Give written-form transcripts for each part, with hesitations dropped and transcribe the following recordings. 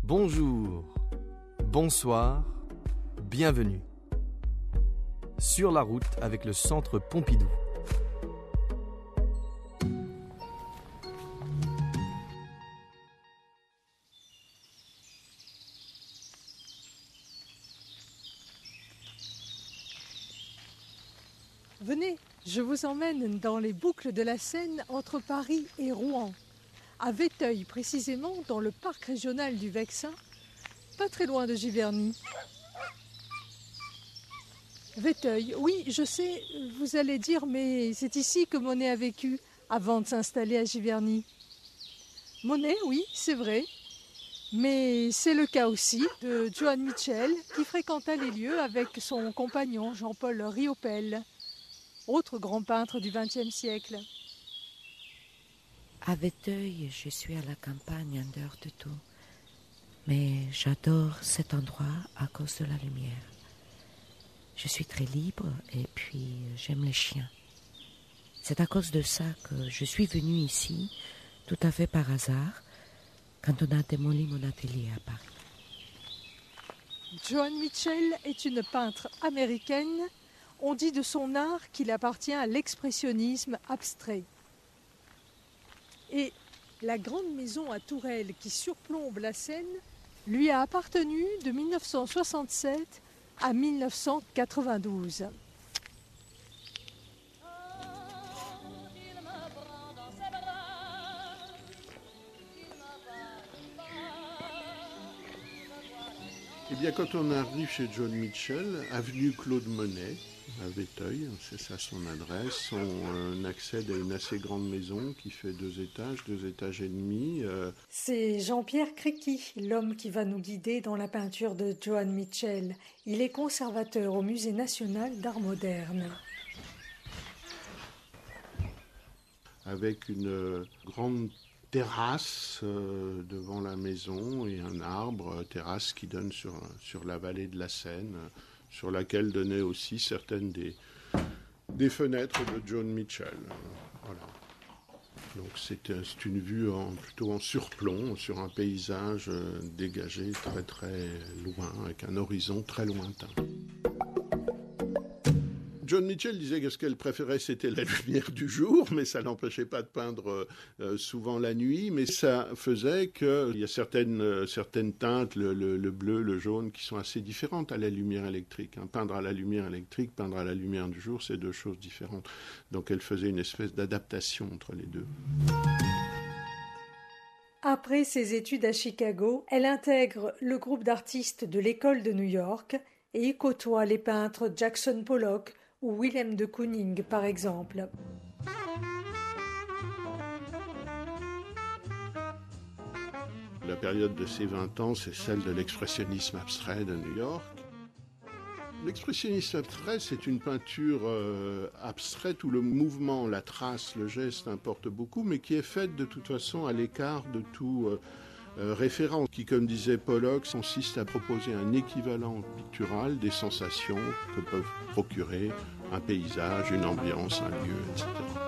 Bonjour, bonsoir, bienvenue. Sur la route avec le Centre Pompidou. Venez, je vous emmène dans les boucles de la Seine entre Paris et Rouen. À Vétheuil, précisément, dans le parc régional du Vexin, pas très loin de Giverny. Vétheuil, oui, je sais, vous allez dire, mais c'est ici que Monet a vécu avant de s'installer à Giverny. Monet, oui, c'est vrai. Mais c'est le cas aussi de Joan Mitchell, qui fréquenta les lieux avec son compagnon Jean-Paul Riopelle, autre grand peintre du XXe siècle. À Vétheuil, je suis à la campagne en dehors de tout. Mais j'adore cet endroit à cause de la lumière. Je suis très libre et puis j'aime les chiens. C'est à cause de ça que je suis venue ici, tout à fait par hasard, quand on a démoli mon atelier à Paris. Joan Mitchell est une peintre américaine. On dit de son art qu'il appartient à l'expressionnisme abstrait. Et la grande maison à tourelles qui surplombe la Seine lui a appartenu de 1967 à 1992. Eh bien, quand on arrive chez Joan Mitchell, avenue Claude Monet, à Vétheuil, c'est ça son adresse, on accède à une assez grande maison qui fait 2 étages et demi. C'est Jean-Pierre Créqui, l'homme qui va nous guider dans la peinture de Joan Mitchell. Il est conservateur au Musée national d'art moderne. Avec une grande terrasse devant la maison et un arbre, terrasse qui donne sur la vallée de la Seine, sur laquelle donnaient aussi certaines des fenêtres de Joan Mitchell. Voilà. Donc c'est une vue plutôt en surplomb sur un paysage dégagé très très loin, avec un horizon très lointain. Joan Mitchell disait que ce qu'elle préférait, c'était la lumière du jour, mais ça l'empêchait pas de peindre souvent la nuit. Mais ça faisait qu'il y a certaines teintes, le bleu, le jaune, qui sont assez différentes à la lumière électrique. Peindre à la lumière électrique, peindre à la lumière du jour, c'est 2 choses différentes. Donc elle faisait une espèce d'adaptation entre les deux. Après ses études à Chicago, elle intègre le groupe d'artistes de l'école de New York et y côtoie les peintres Jackson Pollock ou Willem de Kooning, par exemple. La période de ses 20 ans, c'est celle de l'expressionnisme abstrait de New York. L'expressionnisme abstrait, c'est une peinture abstraite où le mouvement, la trace, le geste importe beaucoup, mais qui est faite de toute façon à l'écart de tout référent, qui, comme disait Pollock, consiste à proposer un équivalent pictural des sensations que peuvent procurer un paysage, une ambiance, un lieu, etc.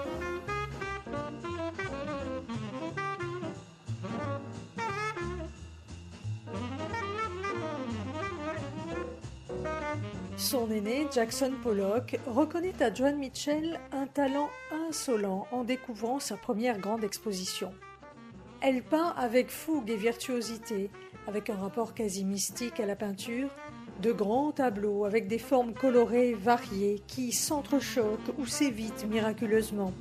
Son aîné, Jackson Pollock, reconnaît à Joan Mitchell un talent insolent en découvrant sa première grande exposition. Elle peint avec fougue et virtuosité, avec un rapport quasi mystique à la peinture, de grands tableaux avec des formes colorées variées qui s'entrechoquent ou s'évitent miraculeusement.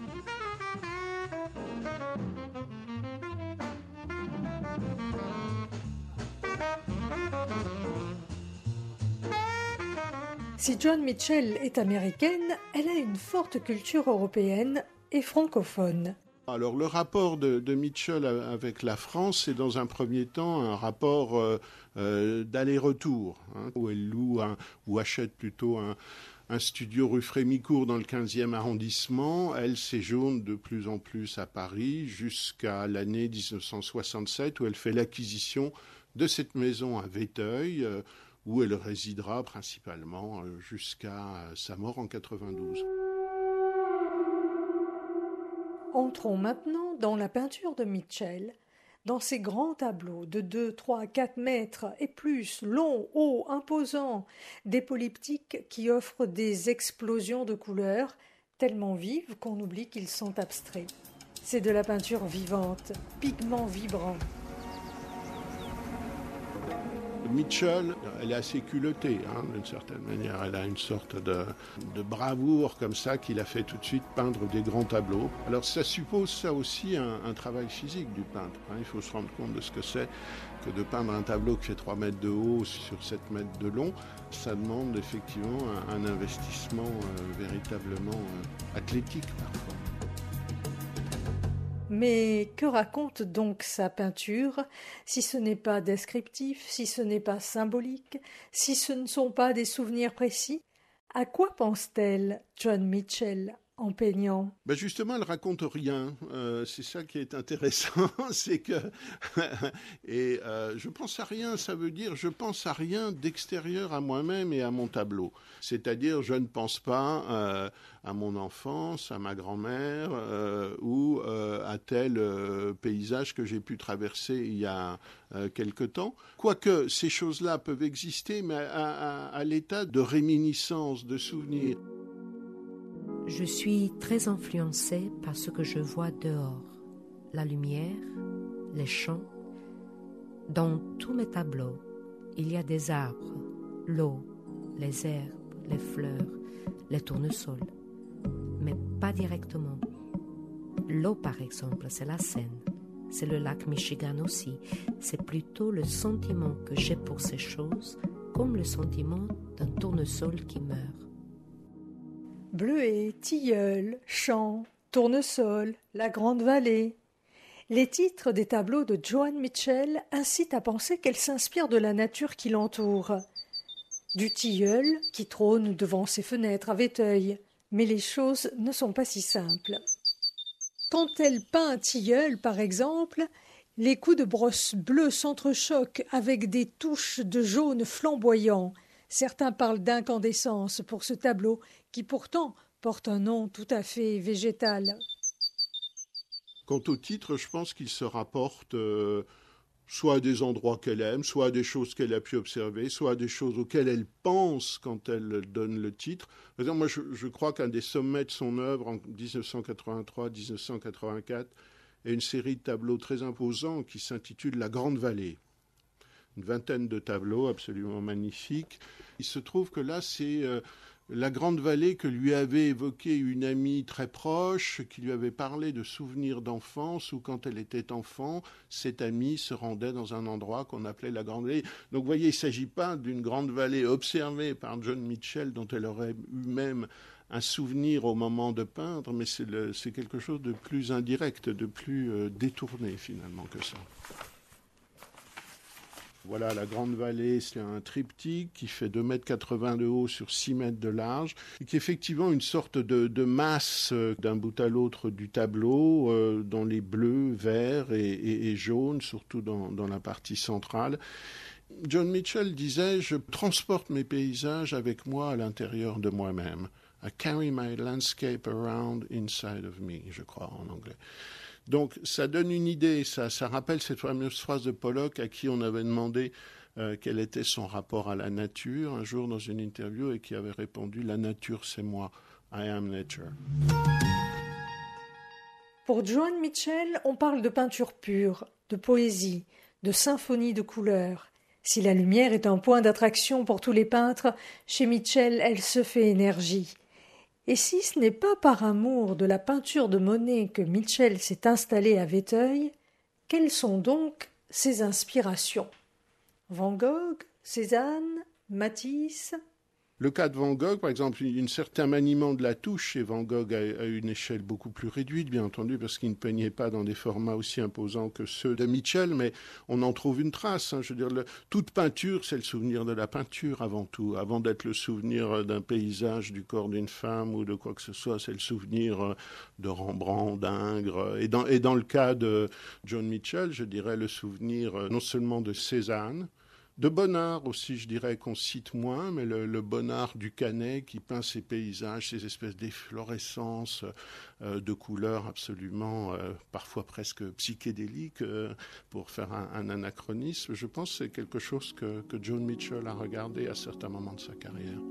Si Joan Mitchell est américaine, elle a une forte culture européenne et francophone. Alors le rapport de Mitchell avec la France, c'est dans un premier temps un rapport d'aller-retour, où elle loue ou achète plutôt un studio rue Frémicourt dans le 15e arrondissement. Elle séjourne de plus en plus à Paris jusqu'à l'année 1967 où elle fait l'acquisition de cette maison à Vétheuil, où elle résidera principalement jusqu'à sa mort en 92. Entrons maintenant dans la peinture de Mitchell, Dans ces grands tableaux de 2, 3, 4 mètres et plus, longs, hauts, imposants, des polyptyques qui offrent des explosions de couleurs tellement vives qu'on oublie qu'ils sont abstraits. C'est de la peinture vivante, pigments vibrants. Mitchell, elle est assez culottée, d'une certaine manière. Elle a une sorte de bravoure comme ça qu'il a fait tout de suite peindre des grands tableaux. Alors ça suppose ça aussi un travail physique du peintre. Il faut se rendre compte de ce que c'est que de peindre un tableau qui fait 3 mètres de haut sur 7 mètres de long. Ça demande effectivement un investissement véritablement athlétique parfois. Mais que raconte donc sa peinture, si ce n'est pas descriptif, si ce n'est pas symbolique, si ce ne sont pas des souvenirs précis? À quoi pense-t-elle, Joan Mitchell, en peignant? Justement, elle raconte rien. C'est ça qui est intéressant, c'est que je pense à rien. Ça veut dire je pense à rien d'extérieur à moi-même et à mon tableau. C'est-à-dire je ne pense pas à mon enfance, à ma grand-mère ou à tel paysage que j'ai pu traverser il y a quelque temps. Quoique ces choses-là peuvent exister, mais à l'état de réminiscence, de souvenir. Je suis très influencée par ce que je vois dehors, la lumière, les champs. Dans tous mes tableaux, il y a des arbres, l'eau, les herbes, les fleurs, les tournesols, mais pas directement. L'eau, par exemple, c'est la Seine, c'est le lac Michigan aussi. C'est plutôt le sentiment que j'ai pour ces choses, comme le sentiment d'un tournesol qui meurt. Bleuets, tilleuls, champs, tournesol, la grande vallée. Les titres des tableaux de Joan Mitchell incitent à penser qu'elle s'inspire de la nature qui l'entoure. Du tilleul qui trône devant ses fenêtres à Vétheuil. Mais les choses ne sont pas si simples. Quand elle peint un tilleul, par exemple, les coups de brosse bleue s'entrechoquent avec des touches de jaune flamboyant. Certains parlent d'incandescence pour ce tableau qui pourtant porte un nom tout à fait végétal. Quant au titre, je pense qu'il se rapporte soit à des endroits qu'elle aime, soit à des choses qu'elle a pu observer, soit à des choses auxquelles elle pense quand elle donne le titre. Par exemple, moi, je crois qu'un des sommets de son œuvre en 1983-1984 est une série de tableaux très imposants qui s'intitule La Grande Vallée. Une vingtaine de tableaux absolument magnifiques. Il se trouve que là, c'est la Grande Vallée que lui avait évoquée une amie très proche, qui lui avait parlé de souvenirs d'enfance, où quand elle était enfant, cette amie se rendait dans un endroit qu'on appelait la Grande Vallée. Donc vous voyez, il ne s'agit pas d'une Grande Vallée observée par Joan Mitchell, dont elle aurait eu même un souvenir au moment de peindre, mais c'est quelque chose de plus indirect, de plus détourné finalement que ça. Voilà, la Grande Vallée, c'est un triptyque qui fait 2,80 m de haut sur 6 mètres de large, et qui est effectivement une sorte de masse d'un bout à l'autre du tableau, dans les bleus, verts et jaunes, surtout dans la partie centrale. Joan Mitchell disait « Je transporte mes paysages avec moi à l'intérieur de moi-même. I carry my landscape around inside of me », je crois en anglais. Donc ça donne une idée, ça rappelle cette fameuse phrase de Pollock à qui on avait demandé quel était son rapport à la nature un jour dans une interview et qui avait répondu « La nature c'est moi, I am nature ». Pour Joan Mitchell, on parle de peinture pure, de poésie, de symphonie de couleurs. Si la lumière est un point d'attraction pour tous les peintres, chez Mitchell elle se fait énergie. Et si ce n'est pas par amour de la peinture de Monet que Mitchell s'est installé à Vétheuil, quelles sont donc ses inspirations? Van Gogh, Cézanne, Matisse? Le cas de Van Gogh, par exemple, un certain maniement de la touche chez Van Gogh à une échelle beaucoup plus réduite, bien entendu, parce qu'il ne peignait pas dans des formats aussi imposants que ceux de Mitchell, mais on en trouve une trace. Je veux dire, toute peinture, c'est le souvenir de la peinture avant tout. Avant d'être le souvenir d'un paysage, du corps d'une femme ou de quoi que ce soit, c'est le souvenir de Rembrandt, d'Ingres. Et dans le cas de Joan Mitchell, je dirais le souvenir non seulement de Cézanne, De Bonnard aussi, je dirais qu'on cite moins, mais le Bonnard du Canet qui peint ces paysages, ces espèces d'efflorescences de couleurs absolument, parfois presque psychédéliques, pour faire un anachronisme. Je pense que c'est quelque chose que Joan Mitchell a regardé à certains moments de sa carrière.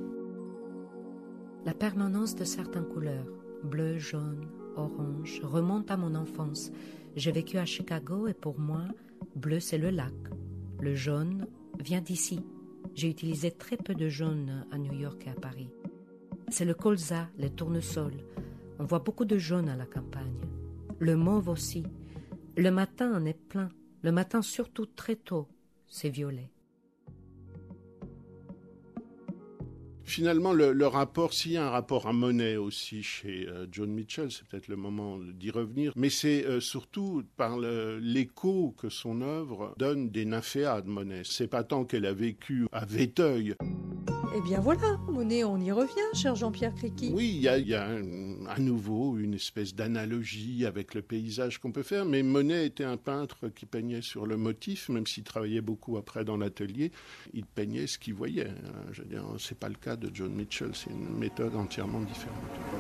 La permanence de certaines couleurs, bleu, jaune, orange, remonte à mon enfance. J'ai vécu à Chicago et pour moi, bleu c'est le lac. Le jaune vient d'ici. J'ai utilisé très peu de jaune à New York et à Paris. C'est le colza, les tournesols. On voit beaucoup de jaune à la campagne. Le mauve aussi. Le matin en est plein. Le matin surtout très tôt, c'est violet. Finalement, le rapport, s'il y a un rapport à Monet aussi chez Joan Mitchell, c'est peut-être le moment d'y revenir, mais c'est surtout par l'écho que son œuvre donne des nymphéas de Monet. C'est pas tant qu'elle a vécu à Véteuil. Eh bien voilà, Monet, on y revient, cher Jean-Pierre Criqui. Oui, il y a à nouveau une espèce d'analogie avec le paysage qu'on peut faire, mais Monet était un peintre qui peignait sur le motif, même s'il travaillait beaucoup après dans l'atelier, il peignait ce qu'il voyait. Je veux dire, c'est pas le cas de Joan Mitchell, c'est une méthode entièrement différente.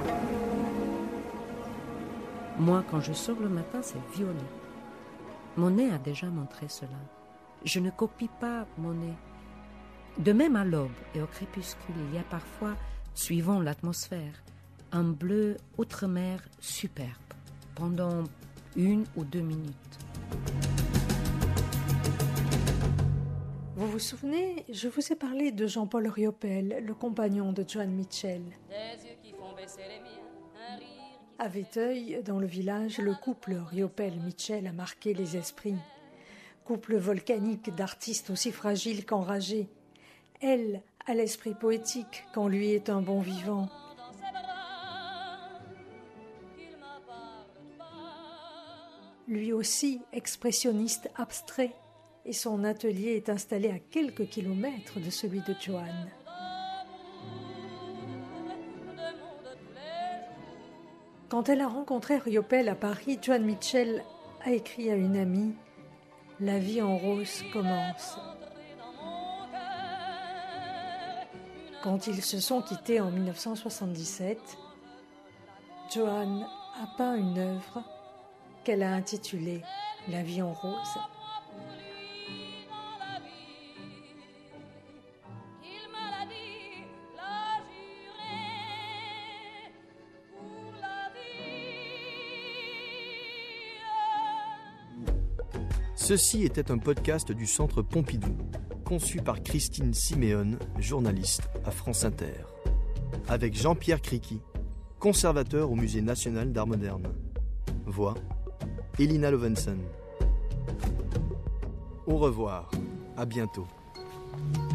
Moi, quand je sors le matin, c'est violet. Monet a déjà montré cela. Je ne copie pas Monet. De même à l'aube et au crépuscule, il y a parfois, suivant l'atmosphère, un bleu outre-mer superbe pendant 1 ou 2 minutes. Vous vous souvenez, je vous ai parlé de Jean-Paul Riopel, le compagnon de Joan Mitchell. À Véteuil, dans le village, le couple Riopel-Mitchell a marqué les esprits. Couple volcanique d'artistes aussi fragiles qu'enragés. Elle a l'esprit poétique quand lui est un bon vivant. Lui aussi expressionniste abstrait, et son atelier est installé à quelques kilomètres de celui de Joan. Quand elle a rencontré Riopel à Paris, Joan Mitchell a écrit à une amie « La vie en rose commence ». Quand ils se sont quittés en 1977, Joan a peint une œuvre qu'elle a intitulée « La vie en rose ». Ceci était un podcast du Centre Pompidou, conçu par Christine Siméon, journaliste à France Inter, avec Jean-Pierre Criqui, conservateur au Musée national d'art moderne. Voix, Elina Lovenson. Au revoir, à bientôt.